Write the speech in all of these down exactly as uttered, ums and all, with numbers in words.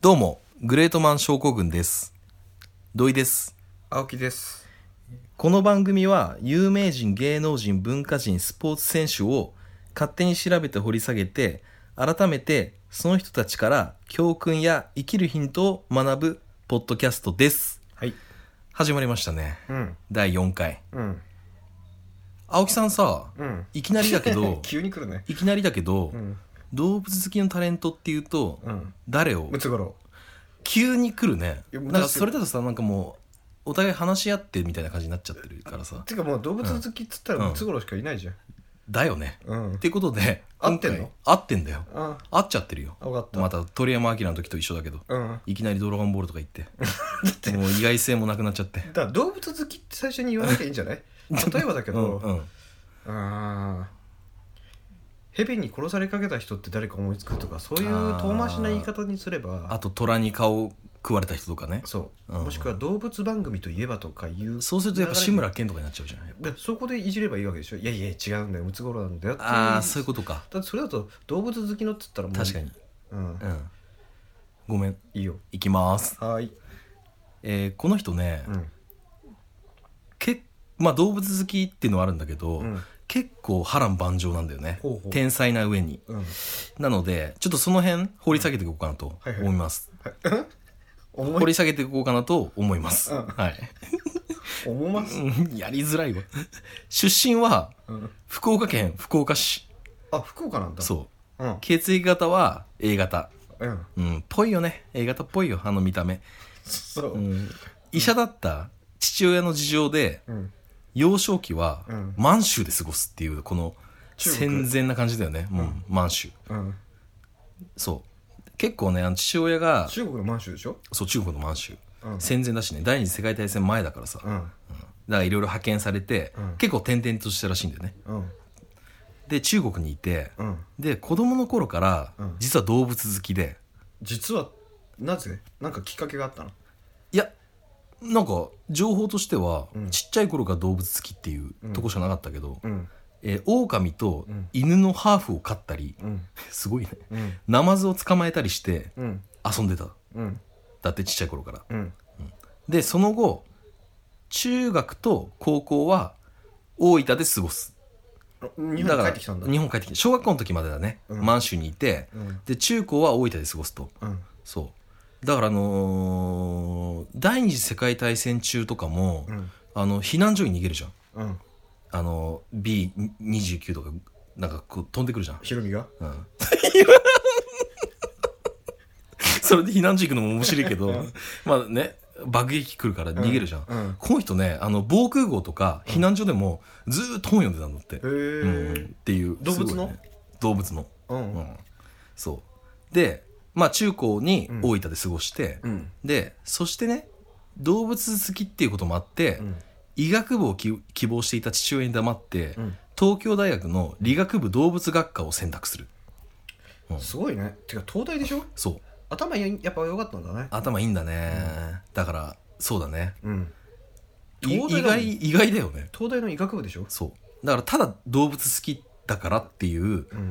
どうもグレートマン症候群です。土井です。 青木です。 この番組は有名人、芸能人、文化人、スポーツ選手を勝手に調べて掘り下げて、改めてその人たちから教訓や生きるヒントを学ぶポッドキャストです。 はい。 始まりましたね、 うん、 だいよんかい。 うん、 青木さんさ、 うん、 いきなりだけど急に来るね。 いきなりだけど、 うん、 動物好きのタレントっていうと、 うん、 誰をムツゴロ急に来るね。 いやなんかそれだとさ、なんかもうお互い話し合ってみたいな感じになっちゃってるからさ。 てかもう動物好きっつったらムツゴロウしかいないじゃん。 だよね、 うん、 っていうことで合ってんの？ 合ってんだよ。 あ合っちゃってるよ。 分かった。 また鳥山明の時と一緒だけど、 うん、 いきなりドラゴンボールとか言ってもう意外性もなくなっちゃって。 だから動物好きって最初に言わなきゃいいんじゃない例えばだけど、 うん、うん、 あ蛇に殺されかけた人って誰か思いつくとか、そういう遠回しな言い方にすれば。 あと虎に顔食われた人とかね。 そう、 うん、 もしくは動物番組といえばとかいう。 そうするとやっぱ志村けんとかになっちゃうじゃない。 でそこでいじればいいわけでしょ。いやいや違うんだよ、ムツゴロウなんだよっていう。 ああ、そういうことか。 だってそれだと動物好きのっつったらもう確かに。 うん、 うん、ごめん、 いいよ。 行きます。 はい。 えー、この人ね、 うん、 けまあ動物好きっていうのはあるんだけど、 うん、 結構波乱万丈なんだよね。 ほうほう。 天才な上に、 うん、 なのでちょっとその辺掘り下げていこうかなと思います。掘り下げていこうかなと思います。 うん、 はい。 思います。 やりづらいわ。出身は福岡県福岡市。 あ、福岡なんだ。 そう、 うん、 血液型は A 型。 うん、 うん、ぽいよね。 A 型っぽいよ、あの見た目。 そう、 うん、医者だった父親の事情で、 うん、 幼少期は満州で過ごすっていう、この戦前な感じだよね。もう満州、 うん、 そう結構ね、あの父親が中国の満州でしょ。 そう、中国の満州、 うん、 戦前だしね、第二次世界大戦前だからさ、 うん、 うん、だからいろいろ派遣されて、うん、結構転々としたらしいんだよね、うん、で中国にいて、うん、で子供の頃から実は動物好きで、 うん、実はなぜなんかきっかけがあったの？ いや、なんか情報としては、 うん、 ちっちゃい頃から動物好きっていうとこしかなかったけど、うん、えー、狼と犬のハーフを飼ったり、うん、すごいね、うん、ナマズを捕まえたりして遊んでた、うん、だってちっちゃい頃から、うんうん、でその後中学と高校は大分で過ごす。 日本帰ってきたんだ。 日本帰ってきた。小学校の時までだね、うん、満州にいて、うん、で中高は大分で過ごすと、うん、そうだからあのー、第二次世界大戦中とかも、うん、あの避難所に逃げるじゃん、うん、あの ビーにじゅうきゅう とかなんかこう飛んでくるじゃん、 ヒロミが、うん、 それで避難所行くのも面白いけど、うん、まあね、爆撃来るから逃げるじゃん、うんうん、この人ね、あの防空壕とか避難所でもずーっと本読んでたんだって、うん、っていう動物の、 ね、動物の、 うんうん、そうで、まあ中高に大分で過ごして、うん、でそしてね、動物好きっていうこともあって、うん、医学部を希望していた父親に黙って、うん、東京大学の理学部動物学科を選択する、 うん、すごいね。てか東大でしょ。 そう頭やっぱ良かったんだね。 頭いいんだね、うん、だからそうだね、うん、意外意外だよね。 東大の医学部でしょ。 そうだからただ動物好きだからっていう、うん、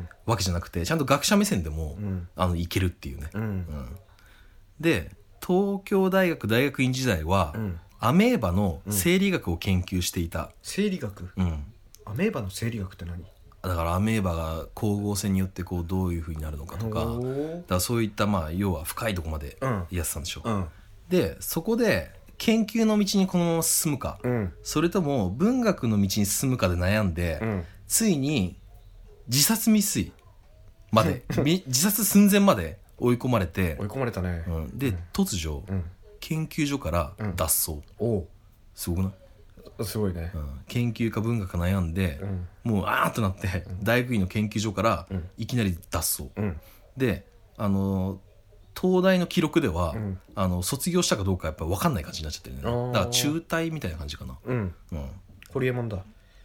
わけじゃなくて、ちゃんと学者目線でも、うん、あのいけるっていうね、うんうん、で東京大学大学院時代は、うん、アメーバの生理学を研究していた、うん、 生理学、うん、アメーバの生理学って何？ だからアメーバが光合成によってこうどういう風になるのかとか、だからそういったまあ要は深いとこまでやってたんでしょ、うん、でそこで研究の道にこのまま進むか、うん、それとも文学の道に進むかで悩んで、うん、ついに自殺未遂まで自殺寸前まで追い込まれて、 追い込まれたね、 うん、で、うん、突如、うん、研究所から脱走、うん、おすごくない？ すごいね、 うん、研究か文学か悩んで、うん、もうあーっとなって、うん、大学院の研究所からいきなり脱走、うん、であの東大の記録では、うん、あの卒業したかどうかやっぱ分かんない感じになっちゃってるね。だから中退みたいな感じかな、うんうん、 ホリエモンだ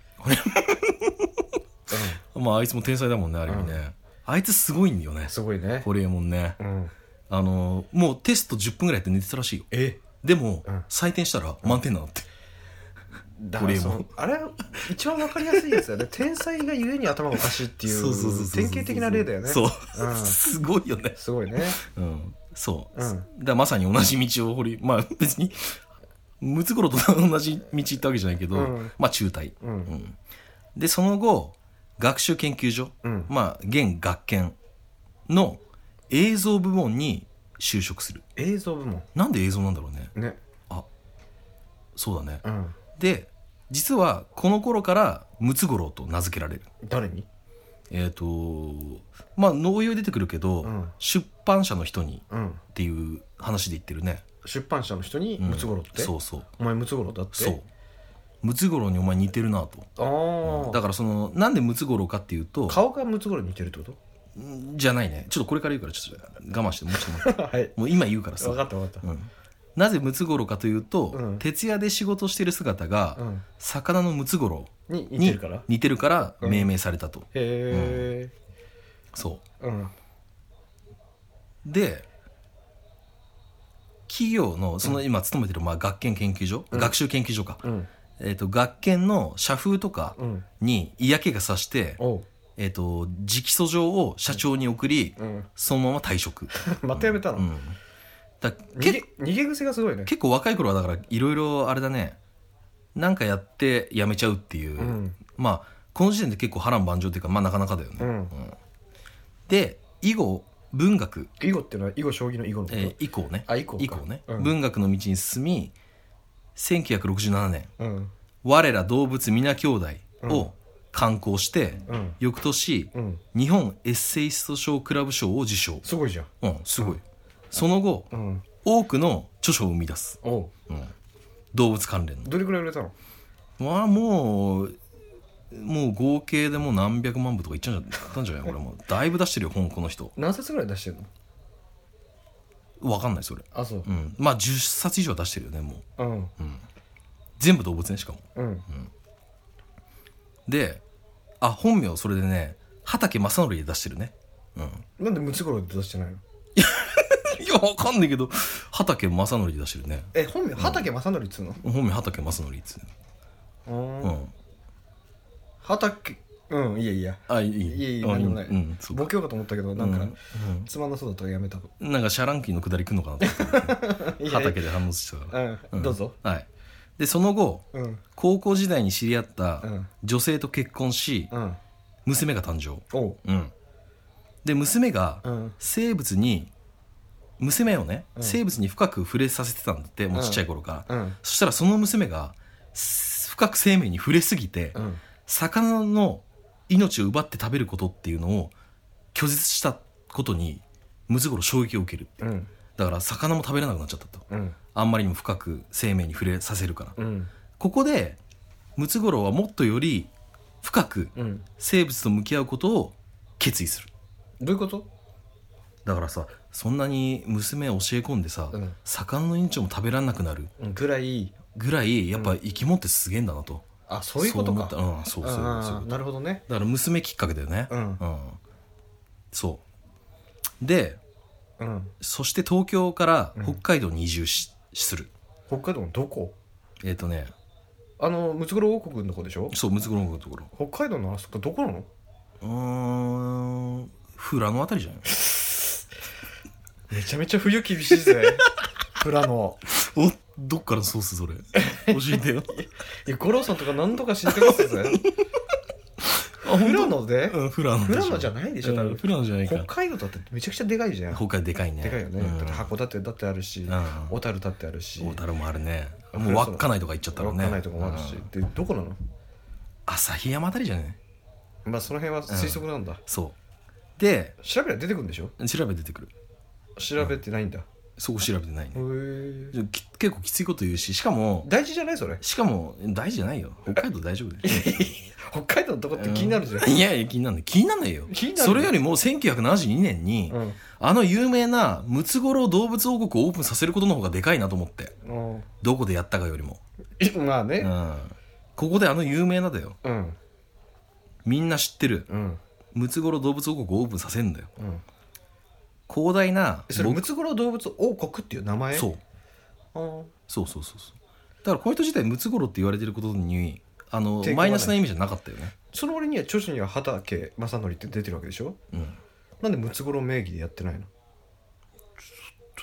うん、まああいつも天才だもんね、ある意味ね、うん、あいつすごいんだよね。 すごいね、 ホリエモンね、うん、あのもうテストじゅっぷんぐらいやって寝てたらしいよ。 えでも、うん、採点したら満点なのって、 だからそあれ一番分かりやすいやつだよね天才がゆえに頭がおかしいっていう典型的な例だよね。 そう、うん、すごいよね。 すごいね、 うん、 そう、 うん、 だからまさに同じ道を掘りまあ別にムツゴロウと同じ道行ったわけじゃないけど、うん、まあ中退、うんうん、でその後学習研究所、うん、まあ現学研の映像部門に就職する。 映像部門なんで映像なんだろうね。 ね、 あ、そうだね、 うん、 で実はこの頃からムツゴロウと名付けられる。 誰に？ えっ、ー、とまあ農業出てくるけど、うん、出版社の人にっていう話で言ってるね。 出版社の人にムツゴロウって、 うん、そうそう、 お前ムツゴロウだって。 そう、ムツゴロウにお前似てるなと。あ、うん、だからそのなんでムツゴロウかっていうと顔がムツゴロウに似てるってことじゃないね。ちょっとこれから言うからちょっと我慢してもうちょっと待って、はい、もう今言うからさ。 分かった分かった、 うん、なぜムツゴロウかというと、うん、徹夜で仕事してる姿が、うん、魚のムツゴロウに似てるから似てるから命名されたと、うん、へえ、うん、そう、うん、で企業のその今勤めてるまあ学研研究所、うん、学習研究所か、うん、えー、と学研の社風とかに嫌気がさして、うん、えー、と直訴状を社長に送り、うん、そのまま退職また辞めたの、うん、だ逃げ、逃げ癖がすごいね。 結構若い頃はだからいろいろあれだね、なんかやって辞めちゃうっていう、うん、まあこの時点で結構波乱万丈っていうか、まあなかなかだよね、うんうん、で囲碁文学、 囲碁っていうのは囲碁将棋の囲碁のこと、えー、 以降ね、 あ、以降か、 以降ね、うん、文学の道に進みせんきゅうひゃくろくじゅうななねん、うん、我ら動物皆兄弟を刊行して、うん、翌年、うん、日本エッセイスト賞クラブ賞を受賞。 すごいじゃん、 うん、すごい、うん、その後、うん、多くの著書を生み出す、おう、うん、動物関連の。 どれくらい売れたの？ まあもうもう合計でもう何百万部とかいっちゃったんじゃないこれもうだいぶ出してるよ本、この人。 何冊ぐらい出してるの？分かんないそれ。 あ、そう、 うん、まあじゅっさつ以上は出してるよねもう、うんうん、全部動物ねしかも、うんうん、で、あ、本名それでね畠正則で出してるね、 うん、なんでムツゴロウで出してないの？ いや分かんないけど畠正則で出してるね。 え、本名畠正則っつうの？ 本名畠正則っつうの。うん、 畠、うん、いやいや、 あ、いいいいいい、何でもない、うん、ボケようかと思ったけどなんか、うん、つまんなそうだったらやめた。 なんかシャランキーの下りくんのかなと思って畑で反応してたから、 うんうん、どうぞ。 はい。でその後、うん、高校時代に知り合った女性と結婚し、うん、娘が誕生、うん、で娘が生物に娘をね、うん、生物に深く触れさせてたんだって、もうちっちゃい頃から、うん、そしたらその娘が深く生命に触れすぎて、うん、魚の命を奪って食べることっていうのを拒絶したことにムツゴロウ衝撃を受けるって、うん、だから魚も食べれなくなっちゃったと、うん、あんまりにも深く生命に触れさせるから、うん、ここでムツゴロウはもっとより深く生物と向き合うことを決意する。 どういうこと？ だからさ、そんなに娘を教え込んでさ、うん、魚の命も食べられなくなるぐらいぐらいやっぱ生き物ってすげえんだなと、 うん、あ、そういうことか。 そう思った、うん、そうそうそう、 なるほどね。 だから娘きっかけだよね、うんうん、そうで、うん、そして東京から北海道に移住 し,、うん、する。 北海道のどこ？ えっ、ー、とねあのムツゴロウ王国のとこでしょ？ そう、ムツゴロウ王国のところ。 北海道のあそこどこなの？ うーん、富良野あたりじゃない？ めちゃめちゃ冬厳しいぜ富良野。お、 どっからソースそれ教えてよ。 いや、五郎さんとか何とか死にかけてたぜ。富良野で？うん、 富良野。 富良野じゃないでしょ多分。 富良野じゃないか。 北海道だってめちゃくちゃでかいじゃん。 北海道でかいね。 でかいよね、うん、だって函館だってあるし、うん、小樽だってあるし。 小樽もあるね。もう稚内とか行っちゃったらね。 稚内とかもあるし、うん、でどこなの？ 旭山あたりじゃね。 まあその辺は推測なんだ、うん、 そうで調べれば出てくるんでしょ？ 調べ出てくる。 調べてないんだ、うん、 そこ調べてないね。へ結構きついこと言うし、しかも大事じゃないそれ。 しかも大事じゃないよ、北海道大丈夫で北海道のとこって気になるじゃん、 うん、いやいや気になる気にならないよ。それよりもせんきゅうひゃくななじゅうにねんに、うん、あの有名なムツゴロウ動物王国をオープンさせることの方がでかいなと思って、うん、どこでやったかよりもまあね、うん、 ここであの有名なだよ、うん、みんな知ってる、うん、ムツゴロウ動物王国をオープンさせるんだよ、うん、広大な。 それムツゴロウ動物王国っていう名前？ そうあそうそうそうそう。だからこの人自体ムツゴロウって言われてることにあのマイナスな意味じゃなかったよね。 その割には著書には畠正則って出てるわけでしょ、うん、なんでムツゴロウ名義でやってないの？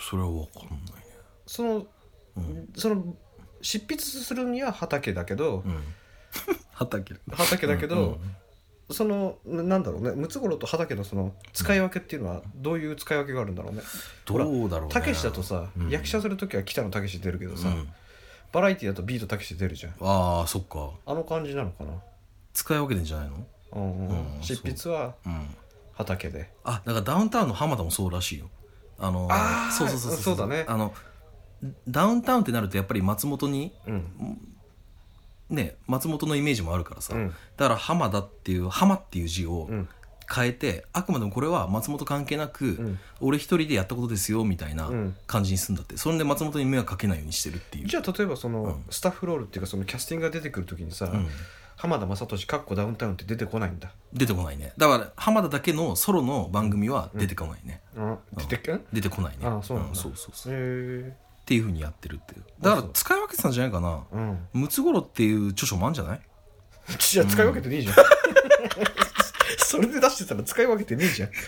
それは分かんないね。 その、 うん、 その執筆するには畑だけど、 うん、畑畑だけど、 うんうん、 そのなんだろうね、ムツゴロウと畑のその使い分けっていうのはどういう使い分けがあるんだろうね。 どうだろうね。 たけしだとさ、うん、役者するときは北野武出るけどさ、うん、バラエティだとビートたけし出るじゃん。 ああそっか。 あの感じなのかな。 使い分けてんじゃないの。 うんうん、執筆は畑で、 うん、あだからダウンタウンの浜田もそうらしいよ。あのあそうそうそうそうそうだね。 あのダウンタウンってなるとやっぱり松本に、うんね、松本のイメージもあるからさ、うん、だから浜田っていう浜っていう字を変えて、うん、あくまでもこれは松本関係なく、うん、俺一人でやったことですよみたいな感じにするんだって。それで松本に迷惑かけないようにしてるっていう。 じゃあ例えばその、うん、スタッフロールっていうかそのキャスティングが出てくるときにさ、うん、浜田雅俊かっこダウンタウンって出てこないんだ。 出てこないね。だから浜田だけのソロの番組は出てこないね、 うんうん、出て, 出てこないね。 ああそうなんだ、 うん、そうそうそう。 へーっていう風にやってるっていう。だから使い分けてたんじゃないかな。ムツゴロウっていう著書もあるんじゃない。 じゃあ使い分けてねえじゃん、うん、それで出してたら使い分けてねえじゃん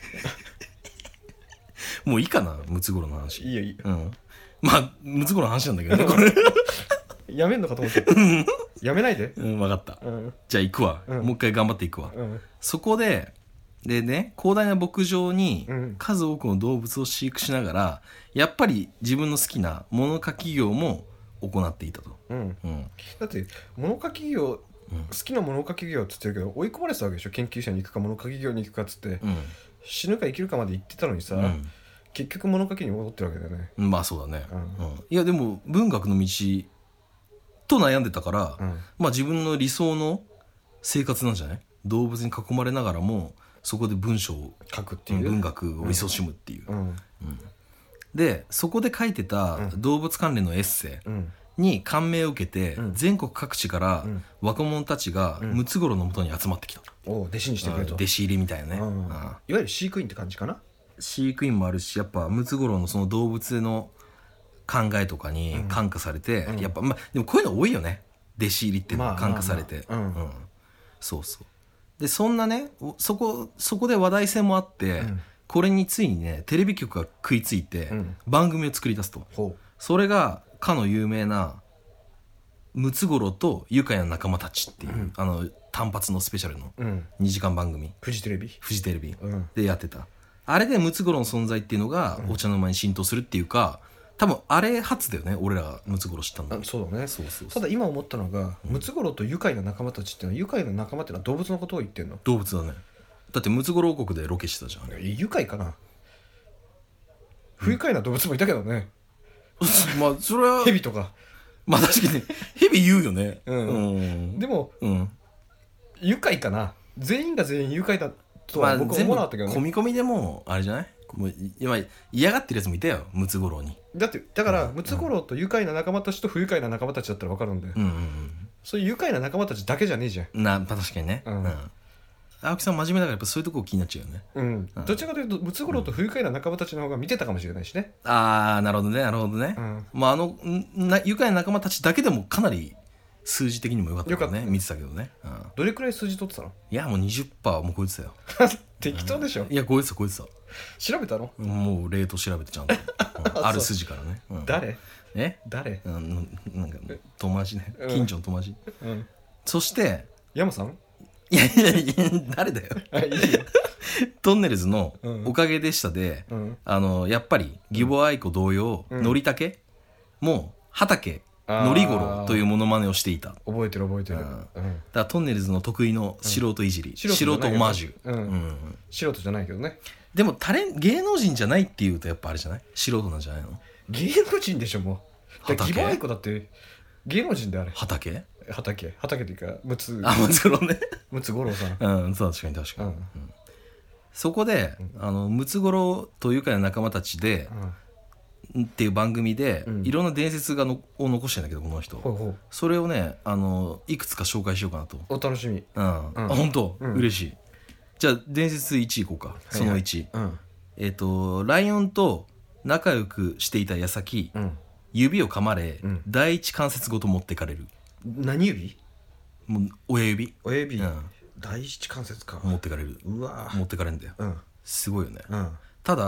もういいかなムツゴロウの話。 いいよいいよ、 うん、まあムツゴロウの話なんだけどねこれやめんのかと思ってやめないで。 うん分かった、うん、じゃあ行くわ、うん、もう一回頑張っていくわ、うん、そこででね、広大な牧場に数多くの動物を飼育しながら、やっぱり自分の好きな物書き業も行っていたと、 うんうん、だって物書き業、うん、好きな物書き業って言ってるけど追い込まれてたわけでしょ。研究者に行くか物書き業に行くかっつって、うん、死ぬか生きるかまで言ってたのにさ、うん、結局物書きに戻ってるわけだよね。 まあそうだね、うんうん、いやでも文学の道と悩んでたから、うん、まあ自分の理想の生活なんじゃない。動物に囲まれながらもそこで文章を書くっていう、 文学を勤しむっていう、うんうん、でそこで書いてた動物関連のエッセイに感銘を受けて、うん、全国各地から若者たちがムツゴロウの元に集まってきたと、 うん、お弟子にしてくれと。 弟子入りみたいなね、うん、 いわゆる飼育員って感じかな。 飼育員もあるしやっぱムツゴロウのその動物の考えとかに感化されて、うん、やっぱまあでもこういうの多いよね、弟子入りっていうの感化されて、そうそう。でそんなねそこそこで話題性もあって、うん、これについにねテレビ局が食いついて、うん、番組を作り出すと、うん、それがかの有名なムツゴロウと愉快な仲間たちっていう、うん、あの単発のスペシャルのにじかん番組、 フジテレビフジテレビでやってた、あれでムツゴロウの存在っていうのがお茶の間に浸透するっていうか、多分あれ初だよね俺らがムツゴロウ知ったんだ。 あそうだね。そうそうそう。ただ今思ったのが、うん、ムツゴロウと愉快な仲間たちっていうのは、愉快な仲間っていうのは動物のことを言ってんの。 動物だね。だってムツゴロウ王国でロケしてたじゃん。 愉快かな、不愉快な動物もいたけどね、 うん、まあそれはヘビとか。 まあ確かにヘビ言うよね、 うんうん、でも、うん、愉快かな。全員が全員愉快だとは僕は思わなかったけどね、 まあ、込み込みでもあれじゃない、もう今嫌がってるやつもいたよムツゴロウに。 だってだから、うん、ムツゴロウと愉快な仲間たちと不愉快な仲間たちだったら分かるんだよ、うんうんうん、そういう愉快な仲間たちだけじゃねえじゃんな。確かにね、うんうん、青木さん真面目だからやっぱそういうとこ気になっちゃうよね、 うんうん、どちらかというとムツゴロウと不愉快な仲間たちの方が見てたかもしれないしね、 うん、ああなるほどねなるほどね、うん、まああのな愉快な仲間たちだけでもかなり数字的にも良かったからね、見てたけどね、うん、 どれくらい数字取ってたの。 いやもう にじゅっパーセント もう超えてたよ適当でしょ、 うん、いや超えてた超えてた。 調べたの。 もうレート調べてちゃんと、うん、ある筋からね、うん、 誰え誰、 うん、なんか友達ね、近所の友達、うん、そして山さん。 いやいやいや誰だよいいよトンネルズのおかげでしたで、うん、あのやっぱり義母愛子同様、うん、のりたけも畑のりごろというモノマネをしていた。 覚えてる覚えてる、うん、 だからトンネルズの得意の素人いじり、うん、素人オマージュ、うんうん、 素人じゃないけどね。 でもタレン芸能人じゃないっていうとやっぱあれじゃない、素人なんじゃないの。 芸能人でしょもう。義母愛子だって芸能人であれ。 畑畑畑っていうかムツあムツゴロウねムツゴロウさん。 うんそう確かに確かに、うんうん、そこで、うん、あのムツゴロウと愉快な仲間たちで、うんっていう番組で、うん、いろんな伝説がのを残してるんだけどこの人、ほうほう、それをねあのいくつか紹介しようかなと。 お楽しみ、 うん、うん、あ本当、うん、嬉しい。じゃあ伝説いちいこうか、はいはい、そのいち、うん、えっ、ー、とライオンと仲良くしていた矢先、うん、指を噛まれ、うん、第一関節ごと持ってかれる。 何指？ もう親指親指、うん、第一関節か持ってかれる。 うわ持ってかれるんだよ、 うん、 すごいよね、うん、ただ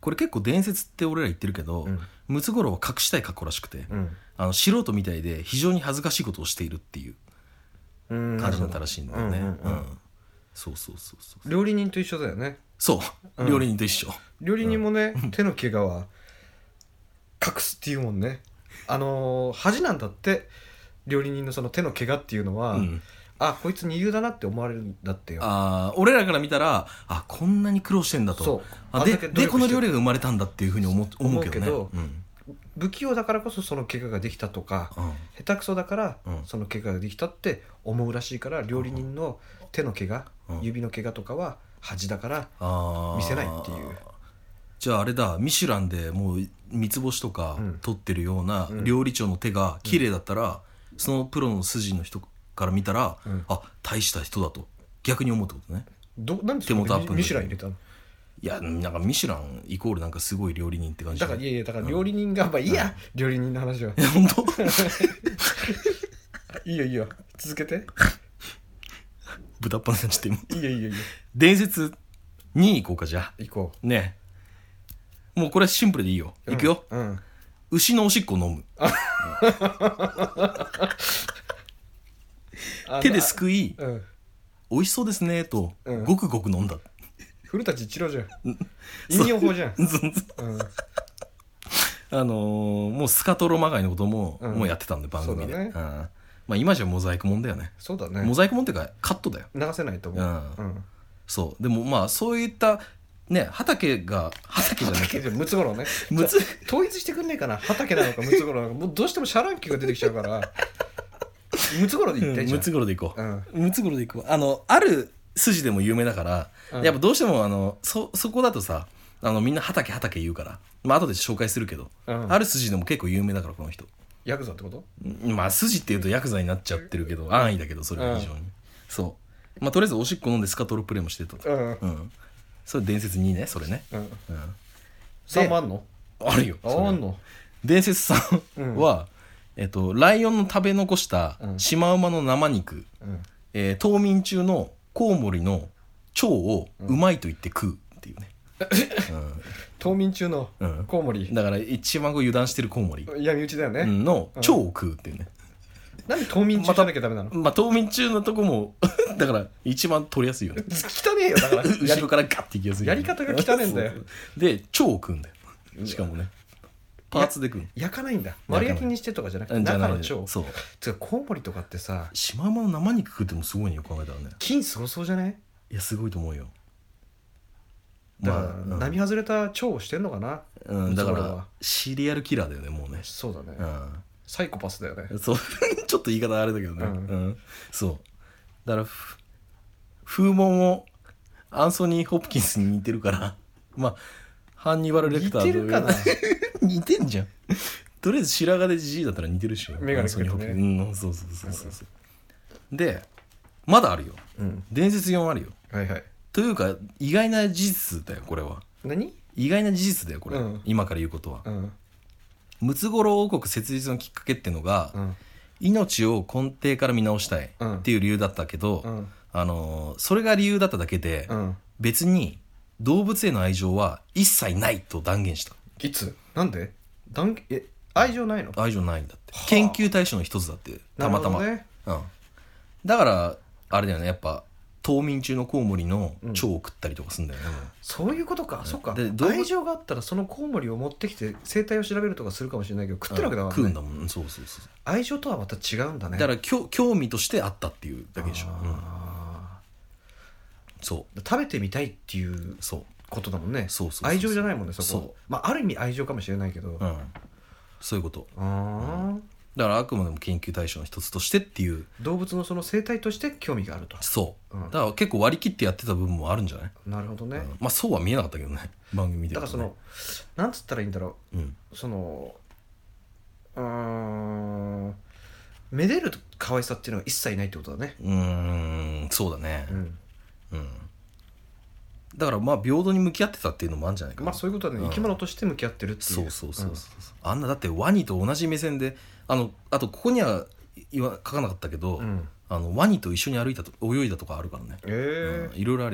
これ結構伝説って俺ら言ってるけど、うん、ムツゴロウは隠したい格好らしくて、うん、あの素人みたいで非常に恥ずかしいことをしているっていう感じだったらしいんだよね。そうそうそうそう。 料理人と一緒だよね。 そう、うん、料理人と一緒。 料理人もね、うん、手の怪我は隠すっていうもんね。あのー、恥なんだって料理人のその手の怪我っていうのは、うん、あこいつ二流だなって思われるんだってよ。 あ俺らから見たらあこんなに苦労してんだと。そうあででこの料理が生まれたんだっていうふうに思う思うけどね。思うけど、うん、 不器用だからこそその怪我ができたとか、うん、下手くそだからその怪我ができたって思うらしいから、料理人の手の怪我、うん、指の怪我とかは恥だから見せないっていう。 じゃああれだ、ミシュランでもう三つ星とか取ってるような料理長の手が綺麗だったら、うん、そのプロの筋の人から見たら、うん、あ大した人だと逆に思うってことね。 どなんで手元アップミシュラン入れたの？ いやなんかミシュランイコールなんかすごい料理人って感じだから。いやいやだから料理人が、うん、まあいいや、うん、料理人の話は。 本当いいよいいよ続けて。 豚っ鼻になっちゃって今。 いいよいいよいいよ。 伝説にい行こうか。じゃあ行こうね。もうこれシンプルでいいよ、うん、いくよ、うん、牛のおしっこ飲む手ですくい、うん、美味しそうですねと、うん、ごくごく飲んだ。 古舘一郎じゃん。引用法じゃん。うん、 あのー、もうスカトロまがいのことも、うん、もうやってたんで番組で、ね、うん、まあ今じゃモザイクもんだよね。 そうだね。 モザイクもんっていうかカットだよ。 流せないと思う、うんうん、 そうでもまあそういったね、畑が畑じゃなくてムツゴロウね。ムツ統一してくんねえかな、畑なのかムツゴロウなのか。もうどうしてもシャランキューが出てきちゃうからムツゴロウで言って、うん、 ムツゴロウでいこう、うん、ムツゴロウでいこう。あのある筋でも有名だから、うん、やっぱどうしてもあの そ, そこだとさあのみんな畑畑言うから、まあ後で紹介するけど、うん、ある筋でも結構有名だからこの人。 ヤクザってこと？ まあ筋っていうとヤクザになっちゃってるけど安易だけどそれは非常に、うん、そうまあとりあえずおしっこ飲んでスカトロプレイもしてたと、うんうんそれ伝説にねそれね、うんうん、 さんもあんの？ あるよ。 あんの？ 伝説さんは、うん、えっとライオンの食べ残したシマウマの生肉、うんえー、冬眠中のコウモリの腸をうまいと言って食うっていうね、 うん、冬眠中のコウモリ、 うん、だから一番こう油断してるコウモリ闇討ちだよね、 の腸を食うっていうね、 なんで冬眠中じゃなきゃダメなの？ まあ、まあ、冬眠中のとこもだから一番取りやすいよね。 汚ねえよだから後ろからガッていきやすい、ね、 やり方が汚ねえんだよで腸を食うんだよ。しかもねパーツで食う。 焼かないんだ。丸焼きにしてとかじゃなくて中の腸。 そうつかコウモリとかってさシマウマの生肉食ってもすごいねよく考えたらね。 菌すごそうじゃね？ いやすごいと思うよ。 だから、まあ、並外れた腸をしてんのかな、 うん、だからシリアルキラーだよねもうね。 そうだね、 うん、 サイコパスだよね。 そうちょっと言い方あれだけどね、うんうん、そうだから風紋もアンソニー・ホプキンスに似てるからまあハンニバル・レクターと似てるかな似てんじゃんとりあえず白髪でジジイだったら似てるっしょ。 メガネかけてね、 うん、そうそうそうそうそう、うん、でまだあるよ、うん、伝説よんあるよ。 はいはい。 というか意外な事実だよこれは。 何？ 意外な事実だよこれ、うん、今から言うことは、うん、ムツゴロウ王国設立のきっかけっていうのが、うん、命を根底から見直したいっていう理由だったけど、うん、あのー、それが理由だっただけで、うん、別に動物への愛情は一切ないと断言した。 いつ？なんで？断え愛情ないの？ 愛情ないんだって、はあ、研究対象の一つだってたまたま、ね、うん、だからあれだよねやっぱ冬眠中のコウモリの腸を食ったりとかするんだよね、うん、 そういうことか、そっか。愛情があったらそのコウモリを持ってきて生態を調べるとかするかもしれないけど食ってるわけだからね。 食うんだもん。そうそうそう。 愛情とはまた違うんだね。 だから興味としてあったっていうだけでしょ。あ、うん、そう食べてみたいっていうことだもんね。そうそうそうそう。愛情じゃないもんねそこ。そう、まあ、ある意味愛情かもしれないけど、うん、 そういうこと。あ、 うん、 だからあくまでも研究対象の一つとしてっていう動物のその生態として興味があると。 そう、うん、だから結構割り切ってやってた部分もあるんじゃない？ なるほどね、うん、 まあそうは見えなかったけどね番組で、ね、 だからそのなんつったらいいんだろう、うん、そのうーんめでる可愛さっていうのは一切ないってことだね。 うーんそうだね、うん、うん、だからまあ平等に向き合ってたっていうのもあるんじゃないかな。 まあそういうことはね、うん、生き物として向き合ってるっていう。 そうそうそうそう、うん、あんなだってワニと同じ目線であのあとここには言わ書かなかったけど、うん、あのワニと一緒に歩いたと泳いだとかあるからね。 えーうん、いろいろあるよ。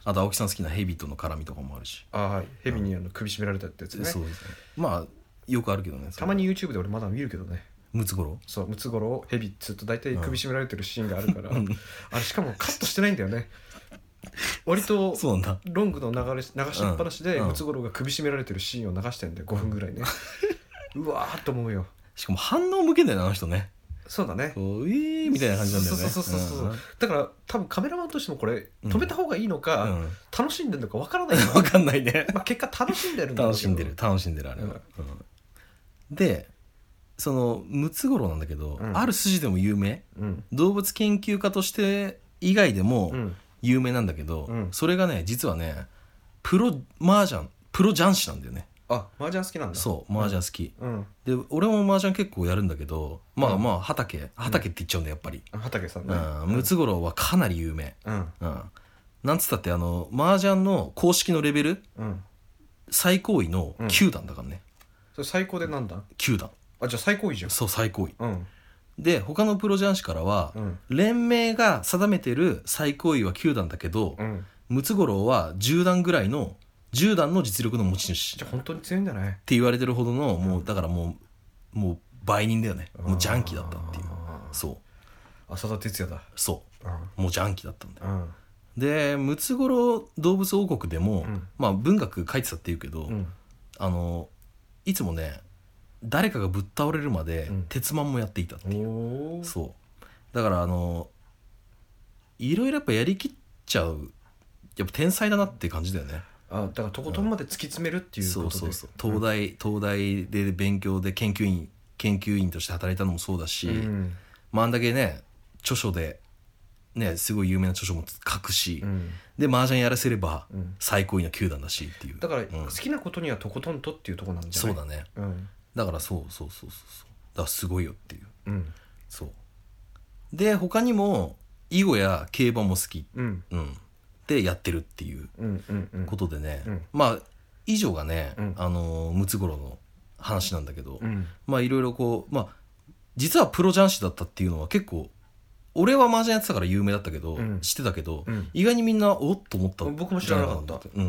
あと青木さん好きなヘビとの絡みとかもあるし。 ああ、はい、ヘビにあの首絞められたってやつね。 そうですね。まあよくあるけどね。 たまに YouTube で俺まだ見るけどね。 ムツゴロウ。 そう、ムツゴロウをヘビっつうと大体首絞められてるシーンがあるから、うん、あれしかもカットしてないんだよね。割とそうなんだ。 ロングの流れ流しっぱなしで、 うん、 ムツゴロウが首絞められてるシーンを流してんだよ、ごふんぐらいね。うわーっと思うよ。 しかも反応向けんだよね、あの人ね。 そうだね。 こう、えーみたいな感じなんだよね。 そうそうそうそう、うん、だから多分カメラマンとしてもこれ止めた方がいいのか、うん、楽しんでるのか分からない。 分かんないね。 まあ結果楽しんでるんだ楽しんでる楽しんでるあれは、うんうん、でそのムツゴロウなんだけど、うん、ある筋でも有名、うん、動物研究家として以外でも有名なんだけど、うん、それがね実はねプロ麻雀プロ雀士なんだよね。 あ、麻雀好きなんだ。 そう麻雀好き、 うん、 で俺も麻雀結構やるんだけど、まあまあ畑畑って言っちゃうんだやっぱり、 うん、畑さんね、 うん、ムツゴロウはかなり有名、うんうん、なんつったってあの麻雀の公式のレベル、うん、最高位のきゅう段だからね、 うん、それ最高で何段 ?きゅう 段。あ、じゃあ最高位じゃん。 そう最高位、 うん、 で他のプロ雀士からは、うん、連盟が定めてる最高位はきゅう段だけど、うん、ムツゴロウはじゅう段ぐらいのじゅう段の実力の持ち主。 じゃあ本当に強いんだねって言われてるほどの、もうだからもうもう売人だよね。もうジャンキーだったっていう。そう浅田哲也だ。 そうもうジャンキーだったんだよ、うん、でムツゴロウ動物王国でも、うん、まあ文学書いてたって言うけど、うん、あのいつもね誰かがぶっ倒れるまで鉄腕もやっていたっていう、うん、そうだからあのいろいろやっぱやりきっちゃうやっぱ天才だなって感じだよね。 あ、だからとことんまで突き詰めるっていうことで、うん、そうそうそう東大、うん、東大で勉強で研究員研究員として働いたのもそうだし、うん、まああんだけね著書でねすごい有名な著書も書くし、うん、で麻雀やらせれば最高位のきゅう段だしっていう、 だから好きなことにはとことんとっていうところなんじゃない？ そうだね、うん、だからそうそうそうそうそうだからすごいよっていう、うん、そうで他にも囲碁や競馬も好き、うんうんでやってるっていうことでね、うんうんうん、まあ以上がね、うん、あのムツゴロウの話なんだけど、うん、まあいろいろこうまあ実はプロ雀士だったっていうのは結構俺は麻雀やってたから有名だったけど、うん、知ってたけど、うん、意外にみんなおっと思った。 僕も知らなかった。うん、うん、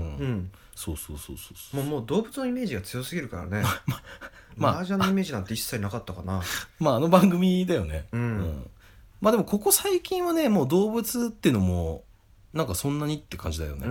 そうそうそうそうもう、もう動物のイメージが強すぎるからね。まあ麻雀のイメージなんて一切なかったかな。 まああの番組だよね。うんうん、まあでもここ最近はねもう動物っていうのもなんかそんなにって感じだよね、うん、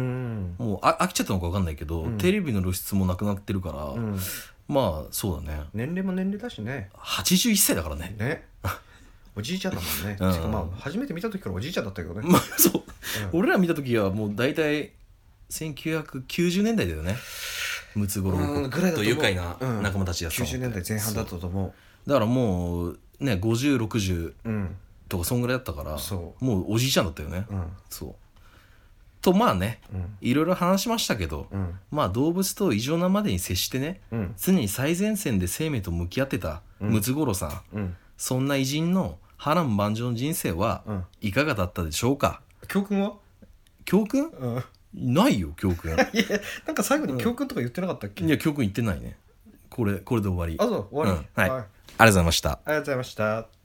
もうあ飽きちゃったのか分かんないけど、うん、テレビの露出もなくなってるから、うん、まあそうだね年齢も年齢だしねはちじゅういっさいだからねねおじいちゃんだもんね、うん、しかもまあ初めて見た時からおじいちゃんだったけどね、 まあそう、うん、俺ら見た時はもう大体せんきゅうひゃくきゅうじゅうねんだいだよねムツゴロウと愉快な仲間たちやったの、うん、 きゅうじゅうねんだいぜん半だったと思う。 だからもうねごじゅうろくじゅうとかそんぐらいだったから、うん、もうおじいちゃんだったよね、うん、そうとまあね、うん、いろいろ話しましたけど、うん、まあ動物と異常なまでに接してね、うん、常に最前線で生命と向き合ってたムツゴロウさん、うん、そんな偉人の波乱万丈の人生はいかがだったでしょうか。 教訓は？ 教訓？うん、ないよ教訓。いやなんか最後に教訓とか言ってなかったっけ？ いや教訓言ってないね。これこれで終わり。 あ、そう終わり、 うん、はい、はい、ありがとうございました。 ありがとうございました。